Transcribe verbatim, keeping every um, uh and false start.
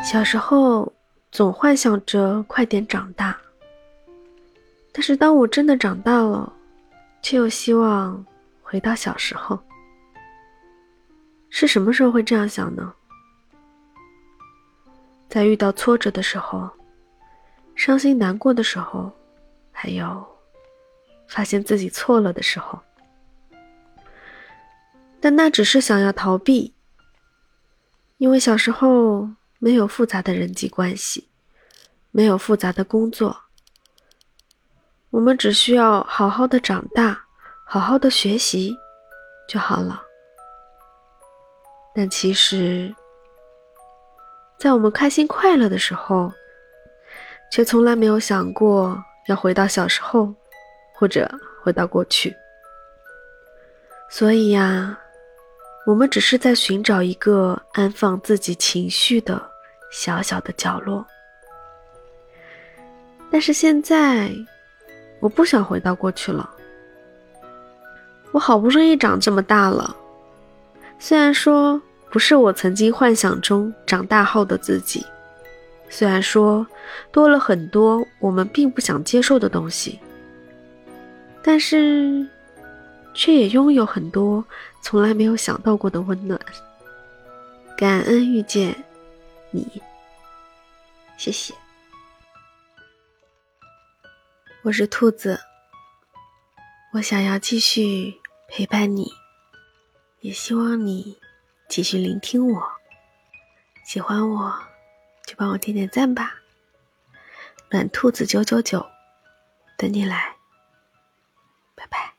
小时候总幻想着快点长大，但是当我真的长大了，却又希望回到小时候。是什么时候会这样想呢？在遇到挫折的时候，伤心难过的时候，还有发现自己错了的时候。但那只是想要逃避，因为小时候没有复杂的人际关系，没有复杂的工作，我们只需要好好的长大，好好的学习就好了。但其实在我们开心快乐的时候，却从来没有想过要回到小时候，或者回到过去。所以呀，我们只是在寻找一个安放自己情绪的小小的角落。但是现在，我不想回到过去了。我好不容易长这么大了，虽然说不是我曾经幻想中长大后的自己，虽然说多了很多我们并不想接受的东西，但是却也拥有很多从来没有想到过的温暖。感恩遇见你，谢谢。我是兔子，我想要继续陪伴你，也希望你继续聆听我。喜欢我就帮我点点赞吧。暖兔子九九九等你来，拜拜。